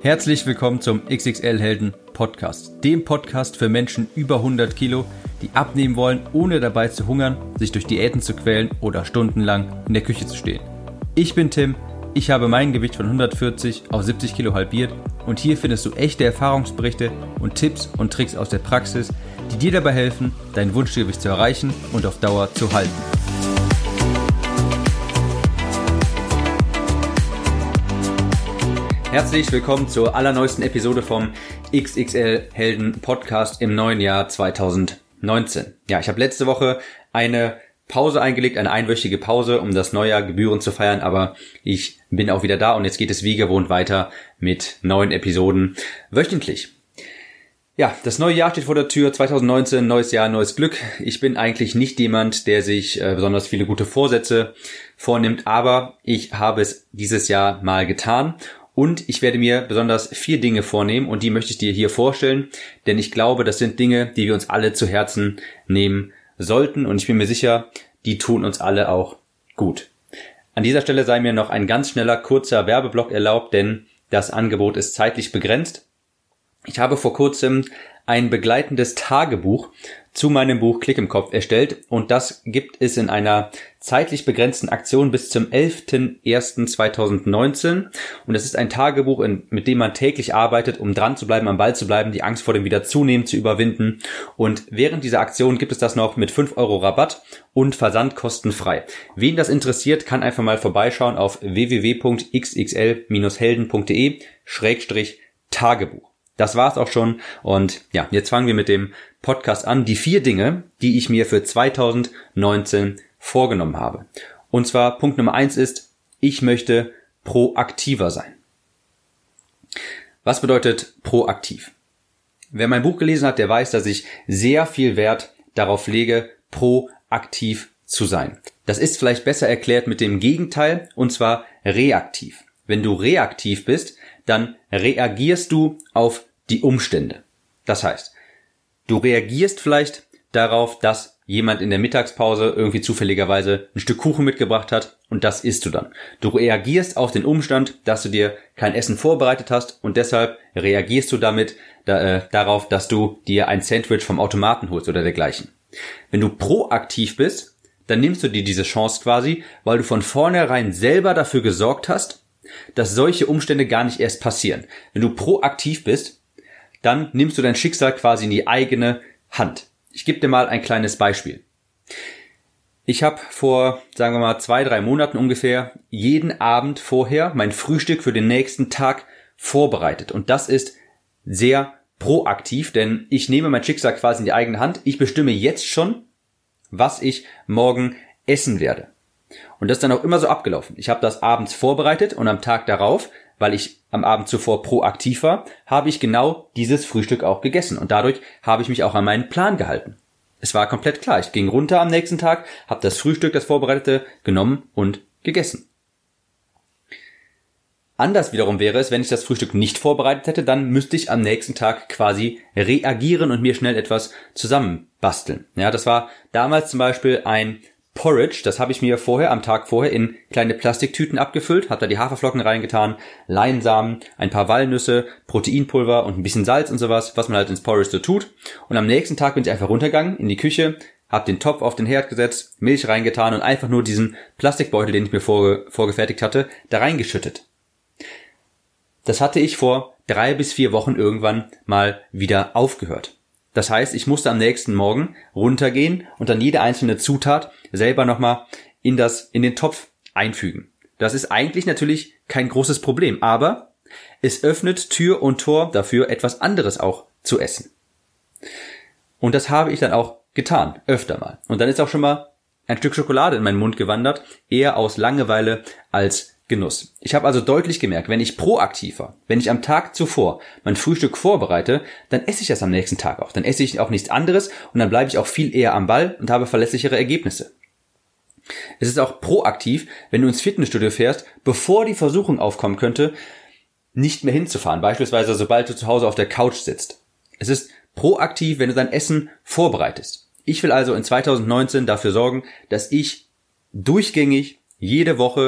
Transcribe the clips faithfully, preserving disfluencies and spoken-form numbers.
Herzlich willkommen zum X X L-Helden Podcast, dem Podcast für Menschen über hundert Kilo, die abnehmen wollen, ohne dabei zu hungern, sich durch Diäten zu quälen oder stundenlang in der Küche zu stehen. Ich bin Tim, ich habe mein Gewicht von hundertvierzig auf siebzig Kilo halbiert und hier findest du echte Erfahrungsberichte und Tipps und Tricks aus der Praxis, die dir dabei helfen, dein Wunschgewicht zu erreichen und auf Dauer zu halten. Herzlich willkommen zur allerneuesten Episode vom X X L-Helden Podcast im neuen Jahr zweitausendneunzehn. Ja, ich habe letzte Woche eine Pause eingelegt, eine einwöchige Pause, um das Neujahr gebührend zu feiern, aber ich bin auch wieder da und jetzt geht es wie gewohnt weiter mit neuen Episoden wöchentlich. Ja, das neue Jahr steht vor der Tür, zweitausendneunzehn, neues Jahr, neues Glück. Ich bin eigentlich nicht jemand, der sich äh, besonders viele gute Vorsätze vornimmt, aber ich habe es dieses Jahr mal getan. Und ich werde mir besonders vier Dinge vornehmen und die möchte ich dir hier vorstellen, denn ich glaube, das sind Dinge, die wir uns alle zu Herzen nehmen sollten und ich bin mir sicher, die tun uns alle auch gut. An dieser Stelle sei mir noch ein ganz schneller, kurzer Werbeblock erlaubt, denn das Angebot ist zeitlich begrenzt. Ich habe vor kurzem ein begleitendes Tagebuch zu meinem Buch Klick im Kopf erstellt und das gibt es in einer zeitlich begrenzten Aktion bis zum elften ersten zweitausendneunzehn und es ist ein Tagebuch, mit dem man täglich arbeitet, um dran zu bleiben, am Ball zu bleiben, die Angst vor dem Wiederzunehmen zu überwinden und während dieser Aktion gibt es das noch mit fünf Euro Rabatt und Versand kostenfrei. Wen das interessiert, kann einfach mal vorbeischauen auf w w w punkt x x l bindestrich helden punkt d e schrägstrich Tagebuch. Das war's auch schon und ja, jetzt fangen wir mit dem Podcast an. Die vier Dinge, die ich mir für zweitausendneunzehn vorgenommen habe. Und zwar Punkt Nummer eins ist, ich möchte proaktiver sein. Was bedeutet proaktiv? Wer mein Buch gelesen hat, der weiß, dass ich sehr viel Wert darauf lege, proaktiv zu sein. Das ist vielleicht besser erklärt mit dem Gegenteil und zwar reaktiv. Wenn du reaktiv bist, dann reagierst du auf die Umstände. Das heißt, du reagierst vielleicht darauf, dass jemand in der Mittagspause irgendwie zufälligerweise ein Stück Kuchen mitgebracht hat und das isst du dann. Du reagierst auf den Umstand, dass du dir kein Essen vorbereitet hast und deshalb reagierst du damit da, äh, darauf, dass du dir ein Sandwich vom Automaten holst oder dergleichen. Wenn du proaktiv bist, dann nimmst du dir diese Chance quasi, weil du von vornherein selber dafür gesorgt hast, dass solche Umstände gar nicht erst passieren. Wenn du proaktiv bist, dann nimmst du dein Schicksal quasi in die eigene Hand. Ich gebe dir mal ein kleines Beispiel. Ich habe vor, sagen wir mal, zwei, drei Monaten ungefähr jeden Abend vorher mein Frühstück für den nächsten Tag vorbereitet. Und das ist sehr proaktiv, denn ich nehme mein Schicksal quasi in die eigene Hand. Ich bestimme jetzt schon, was ich morgen essen werde. Und das ist dann auch immer so abgelaufen. Ich habe das abends vorbereitet und am Tag darauf, weil ich am Abend zuvor proaktiv war, habe ich genau dieses Frühstück auch gegessen. Und dadurch habe ich mich auch an meinen Plan gehalten. Es war komplett klar. Ich ging runter am nächsten Tag, habe das Frühstück, das Vorbereitete, genommen und gegessen. Anders wiederum wäre es, wenn ich das Frühstück nicht vorbereitet hätte, dann müsste ich am nächsten Tag quasi reagieren und mir schnell etwas zusammenbasteln. Ja, das war damals zum Beispiel ein Porridge, das habe ich mir vorher, am Tag vorher, in kleine Plastiktüten abgefüllt, habe da die Haferflocken reingetan, Leinsamen, ein paar Walnüsse, Proteinpulver und ein bisschen Salz und sowas, was man halt ins Porridge so tut. Und am nächsten Tag bin ich einfach runtergegangen in die Küche, habe den Topf auf den Herd gesetzt, Milch reingetan und einfach nur diesen Plastikbeutel, den ich mir vorge- vorgefertigt hatte, da reingeschüttet. Das hatte ich vor drei bis vier Wochen irgendwann mal wieder aufgehört. Das heißt, ich musste am nächsten Morgen runtergehen und dann jede einzelne Zutat selber nochmal in das, in den Topf einfügen. Das ist eigentlich natürlich kein großes Problem, aber es öffnet Tür und Tor dafür, etwas anderes auch zu essen. Und das habe ich dann auch getan, öfter mal. Und dann ist auch schon mal ein Stück Schokolade in meinen Mund gewandert, eher aus Langeweile als Genuss. Ich habe also deutlich gemerkt, wenn ich proaktiv war, wenn ich am Tag zuvor mein Frühstück vorbereite, dann esse ich das am nächsten Tag auch. Dann esse ich auch nichts anderes und dann bleibe ich auch viel eher am Ball und habe verlässlichere Ergebnisse. Es ist auch proaktiv, wenn du ins Fitnessstudio fährst, bevor die Versuchung aufkommen könnte, nicht mehr hinzufahren. Beispielsweise, sobald du zu Hause auf der Couch sitzt. Es ist proaktiv, wenn du dein Essen vorbereitest. Ich will also in zweitausendneunzehn dafür sorgen, dass ich durchgängig jede Woche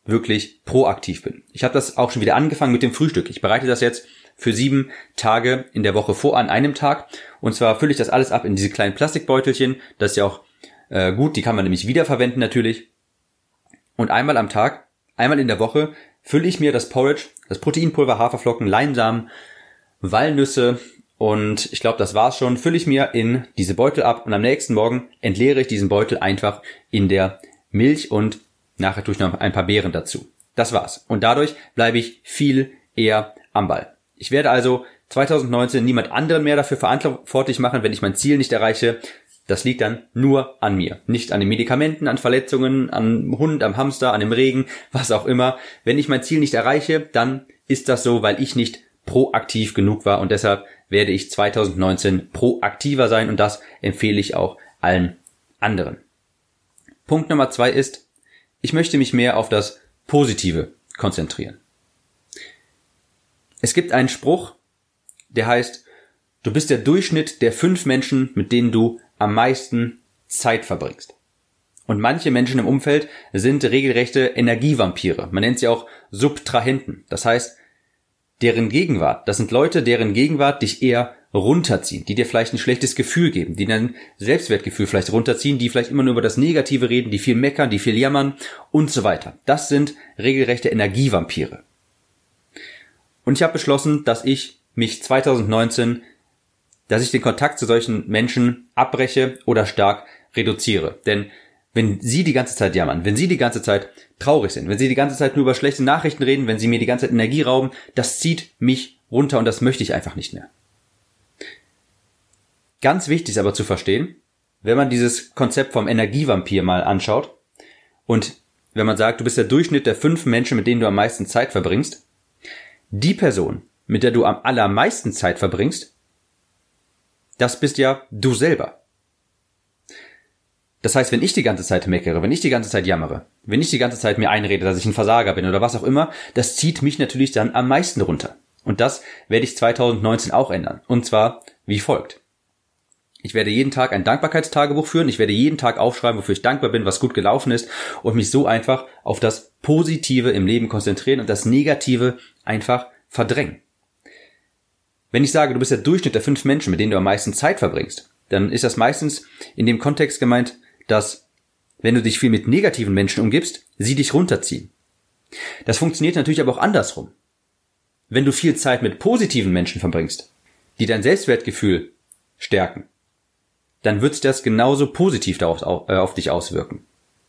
wirklich proaktiv bin. Ich habe das auch schon wieder angefangen mit dem Frühstück. Ich bereite das jetzt für sieben Tage in der Woche vor, an einem Tag. Und zwar fülle ich das alles ab in diese kleinen Plastikbeutelchen. Das ist ja auch äh, gut, die kann man nämlich wiederverwenden natürlich. Und einmal am Tag, einmal in der Woche fülle ich mir das Porridge, das Proteinpulver, Haferflocken, Leinsamen, Walnüsse und ich glaube, das war's schon, fülle ich mir in diese Beutel ab und am nächsten Morgen entleere ich diesen Beutel einfach in der Milch und nachher tue ich noch ein paar Beeren dazu. Das war's. Und dadurch bleibe ich viel eher am Ball. Ich werde also zwanzig neunzehn niemand anderen mehr dafür verantwortlich machen, wenn ich mein Ziel nicht erreiche. Das liegt dann nur an mir. Nicht an den Medikamenten, an Verletzungen, am Hund, am Hamster, an dem Regen, was auch immer. Wenn ich mein Ziel nicht erreiche, dann ist das so, weil ich nicht proaktiv genug war und deshalb werde ich zwanzig neunzehn proaktiver sein und das empfehle ich auch allen anderen. Punkt Nummer zwei ist, ich möchte mich mehr auf das Positive konzentrieren. Es gibt einen Spruch, der heißt, du bist der Durchschnitt der fünf Menschen, mit denen du am meisten Zeit verbringst. Und manche Menschen im Umfeld sind regelrechte Energievampire. Man nennt sie auch Subtrahenten. Das heißt, deren Gegenwart, das sind Leute, deren Gegenwart dich eher runterziehen, die dir vielleicht ein schlechtes Gefühl geben, die dein Selbstwertgefühl vielleicht runterziehen, die vielleicht immer nur über das Negative reden, die viel meckern, die viel jammern und so weiter. Das sind regelrechte Energievampire. Und ich habe beschlossen, dass ich mich zwanzig neunzehn, dass ich den Kontakt zu solchen Menschen abbreche oder stark reduziere. Denn wenn sie die ganze Zeit jammern, wenn sie die ganze Zeit traurig sind, wenn sie die ganze Zeit nur über schlechte Nachrichten reden, wenn sie mir die ganze Zeit Energie rauben, das zieht mich runter und das möchte ich einfach nicht mehr. Ganz wichtig ist aber zu verstehen, wenn man dieses Konzept vom Energievampir mal anschaut und wenn man sagt, du bist der Durchschnitt der fünf Menschen, mit denen du am meisten Zeit verbringst, die Person, mit der du am allermeisten Zeit verbringst, das bist ja du selber. Das heißt, wenn ich die ganze Zeit meckere, wenn ich die ganze Zeit jammere, wenn ich die ganze Zeit mir einrede, dass ich ein Versager bin oder was auch immer, das zieht mich natürlich dann am meisten runter. Und das werde ich zwanzig neunzehn auch ändern. Und zwar wie folgt. Ich werde jeden Tag ein Dankbarkeitstagebuch führen. Ich werde jeden Tag aufschreiben, wofür ich dankbar bin, was gut gelaufen ist und mich so einfach auf das Positive im Leben konzentrieren und das Negative einfach verdrängen. Wenn ich sage, du bist der Durchschnitt der fünf Menschen, mit denen du am meisten Zeit verbringst, dann ist das meistens in dem Kontext gemeint, dass, wenn du dich viel mit negativen Menschen umgibst, sie dich runterziehen. Das funktioniert natürlich aber auch andersrum. Wenn du viel Zeit mit positiven Menschen verbringst, die dein Selbstwertgefühl stärken, dann wird sich das genauso positiv darauf, äh, auf dich auswirken.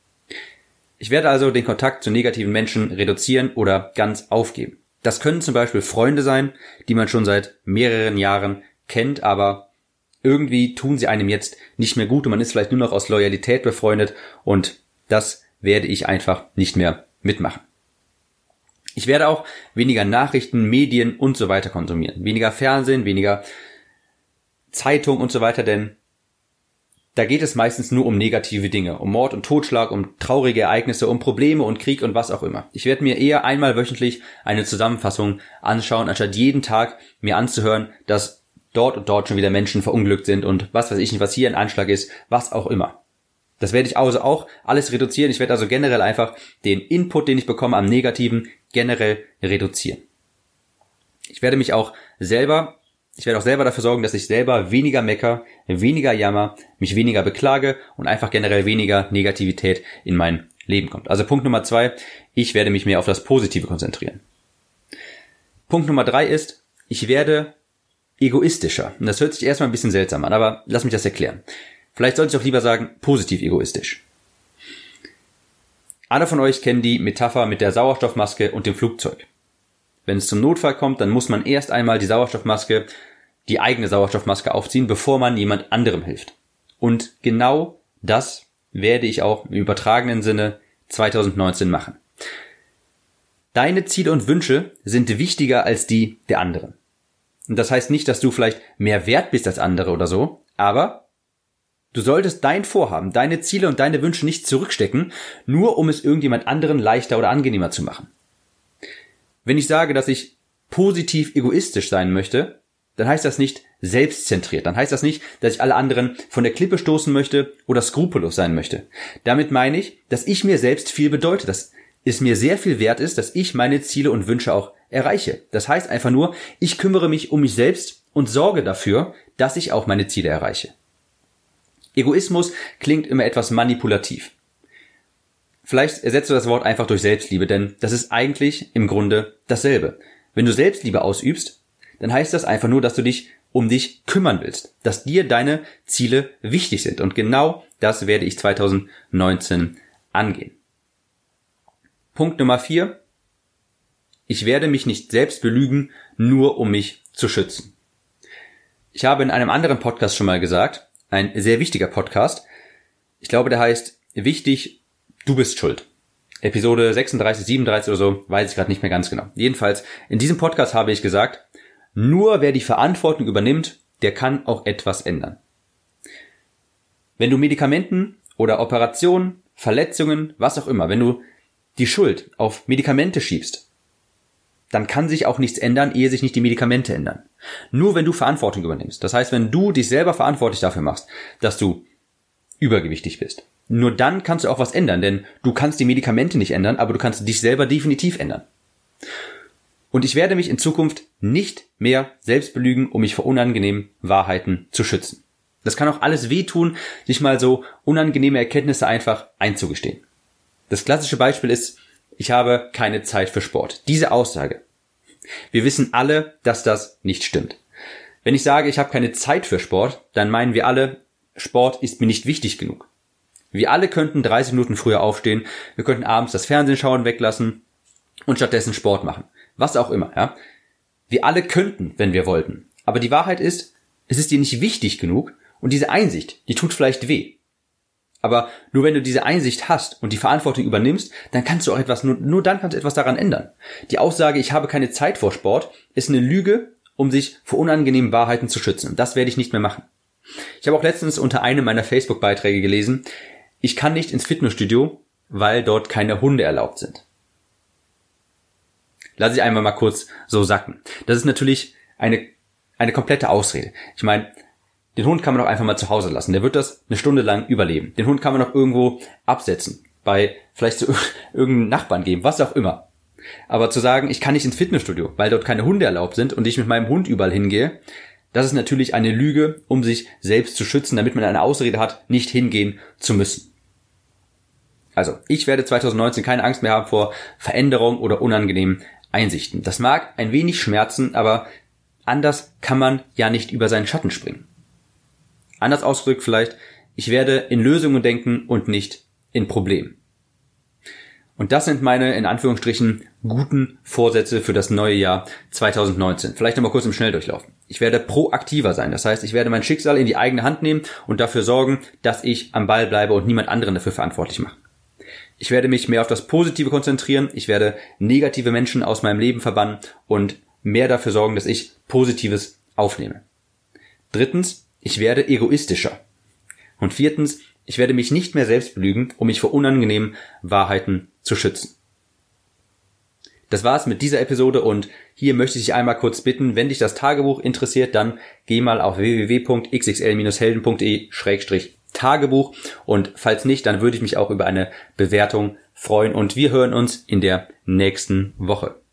Ich werde also den Kontakt zu negativen Menschen reduzieren oder ganz aufgeben. Das können zum Beispiel Freunde sein, die man schon seit mehreren Jahren kennt, aber irgendwie tun sie einem jetzt nicht mehr gut und man ist vielleicht nur noch aus Loyalität befreundet und das werde ich einfach nicht mehr mitmachen. Ich werde auch weniger Nachrichten, Medien und so weiter konsumieren. Weniger Fernsehen, weniger Zeitung und so weiter, denn da geht es meistens nur um negative Dinge, um Mord und Totschlag, um traurige Ereignisse, um Probleme und Krieg und was auch immer. Ich werde mir eher einmal wöchentlich eine Zusammenfassung anschauen, anstatt jeden Tag mir anzuhören, dass dort und dort schon wieder Menschen verunglückt sind und was weiß ich nicht, was hier ein Anschlag ist, was auch immer. Das werde ich also auch alles reduzieren. Ich werde also generell einfach den Input, den ich bekomme am Negativen, generell reduzieren. Ich werde mich auch selber, ich werde auch selber dafür sorgen, dass ich selber weniger mecker, weniger jammer, mich weniger beklage und einfach generell weniger Negativität in mein Leben kommt. Also Punkt Nummer zwei, ich werde mich mehr auf das Positive konzentrieren. Punkt Nummer drei ist, ich werde egoistischer. Und das hört sich erstmal ein bisschen seltsam an, aber lass mich das erklären. Vielleicht sollte ich auch lieber sagen, positiv egoistisch. Alle von euch kennen die Metapher mit der Sauerstoffmaske und dem Flugzeug. Wenn es zum Notfall kommt, dann muss man erst einmal die Sauerstoffmaske, die eigene Sauerstoffmaske aufziehen, bevor man jemand anderem hilft. Und genau das werde ich auch im übertragenen Sinne zwanzig neunzehn machen. Deine Ziele und Wünsche sind wichtiger als die der anderen. Und das heißt nicht, dass du vielleicht mehr wert bist als andere oder so, aber du solltest dein Vorhaben, deine Ziele und deine Wünsche nicht zurückstecken, nur um es irgendjemand anderen leichter oder angenehmer zu machen. Wenn ich sage, dass ich positiv egoistisch sein möchte, dann heißt das nicht selbstzentriert. Dann heißt das nicht, dass ich alle anderen von der Klippe stoßen möchte oder skrupellos sein möchte. Damit meine ich, dass ich mir selbst viel bedeute, dass es mir sehr viel wert ist, dass ich meine Ziele und Wünsche auch erreiche. Das heißt einfach nur, ich kümmere mich um mich selbst und sorge dafür, dass ich auch meine Ziele erreiche. Egoismus klingt immer etwas manipulativ. Vielleicht ersetzt du das Wort einfach durch Selbstliebe, denn das ist eigentlich im Grunde dasselbe. Wenn du Selbstliebe ausübst, dann heißt das einfach nur, dass du dich um dich kümmern willst, dass dir deine Ziele wichtig sind. Und genau das werde ich zwanzig neunzehn angehen. Punkt Nummer vier. Ich werde mich nicht selbst belügen, nur um mich zu schützen. Ich habe in einem anderen Podcast schon mal gesagt, ein sehr wichtiger Podcast, ich glaube, der heißt Wichtig, du bist schuld. Episode sechsunddreißig, siebenunddreißig oder so, weiß ich gerade nicht mehr ganz genau. Jedenfalls, in diesem Podcast habe ich gesagt, nur wer die Verantwortung übernimmt, der kann auch etwas ändern. Wenn du Medikamenten oder Operationen, Verletzungen, was auch immer, wenn du die Schuld auf Medikamente schiebst, dann kann sich auch nichts ändern, ehe sich nicht die Medikamente ändern. Nur wenn du Verantwortung übernimmst. Das heißt, wenn du dich selber verantwortlich dafür machst, dass du übergewichtig bist, nur dann kannst du auch was ändern, denn du kannst die Medikamente nicht ändern, aber du kannst dich selber definitiv ändern. Und ich werde mich in Zukunft nicht mehr selbst belügen, um mich vor unangenehmen Wahrheiten zu schützen. Das kann auch alles wehtun, sich mal so unangenehme Erkenntnisse einfach einzugestehen. Das klassische Beispiel ist, ich habe keine Zeit für Sport. Diese Aussage. Wir wissen alle, dass das nicht stimmt. Wenn ich sage, ich habe keine Zeit für Sport, dann meinen wir alle, Sport ist mir nicht wichtig genug. Wir alle könnten dreißig Minuten früher aufstehen, wir könnten abends das Fernsehen schauen weglassen und stattdessen Sport machen. Was auch immer, ja. Wir alle könnten, wenn wir wollten. Aber die Wahrheit ist, es ist dir nicht wichtig genug und diese Einsicht, die tut vielleicht weh. Aber nur wenn du diese Einsicht hast und die Verantwortung übernimmst, dann kannst du auch etwas, nur, nur dann kannst du etwas daran ändern. Die Aussage, ich habe keine Zeit vor Sport, ist eine Lüge, um sich vor unangenehmen Wahrheiten zu schützen. Und das werde ich nicht mehr machen. Ich habe auch letztens unter einem meiner Facebook-Beiträge gelesen, ich kann nicht ins Fitnessstudio, weil dort keine Hunde erlaubt sind. Lass ich einmal mal kurz so sacken. Das ist natürlich eine, eine komplette Ausrede. Ich meine, den Hund kann man doch einfach mal zu Hause lassen. Der wird das eine Stunde lang überleben. Den Hund kann man doch irgendwo absetzen. Bei vielleicht zu irgendeinem Nachbarn geben, was auch immer. Aber zu sagen, ich kann nicht ins Fitnessstudio, weil dort keine Hunde erlaubt sind und ich mit meinem Hund überall hingehe, das ist natürlich eine Lüge, um sich selbst zu schützen, damit man eine Ausrede hat, nicht hingehen zu müssen. Also, ich werde zwanzig neunzehn keine Angst mehr haben vor Veränderung oder unangenehmen Einsichten. Das mag ein wenig schmerzen, aber anders kann man ja nicht über seinen Schatten springen. Anders ausgedrückt vielleicht, ich werde in Lösungen denken und nicht in Problemen. Und das sind meine, in Anführungsstrichen, guten Vorsätze für das neue Jahr zwanzig neunzehn. Vielleicht nochmal kurz im Schnelldurchlauf. Ich werde proaktiver sein. Das heißt, ich werde mein Schicksal in die eigene Hand nehmen und dafür sorgen, dass ich am Ball bleibe und niemand anderen dafür verantwortlich mache. Ich werde mich mehr auf das Positive konzentrieren. Ich werde negative Menschen aus meinem Leben verbannen und mehr dafür sorgen, dass ich Positives aufnehme. Drittens, ich werde egoistischer. Und viertens, ich werde mich nicht mehr selbst belügen, um mich vor unangenehmen Wahrheiten zu schützen. Das war's mit dieser Episode und hier möchte ich dich einmal kurz bitten, wenn dich das Tagebuch interessiert, dann geh mal auf w w w punkt x x l dash helden punkt d e schrägstrich Tagebuch und falls nicht, dann würde ich mich auch über eine Bewertung freuen und wir hören uns in der nächsten Woche.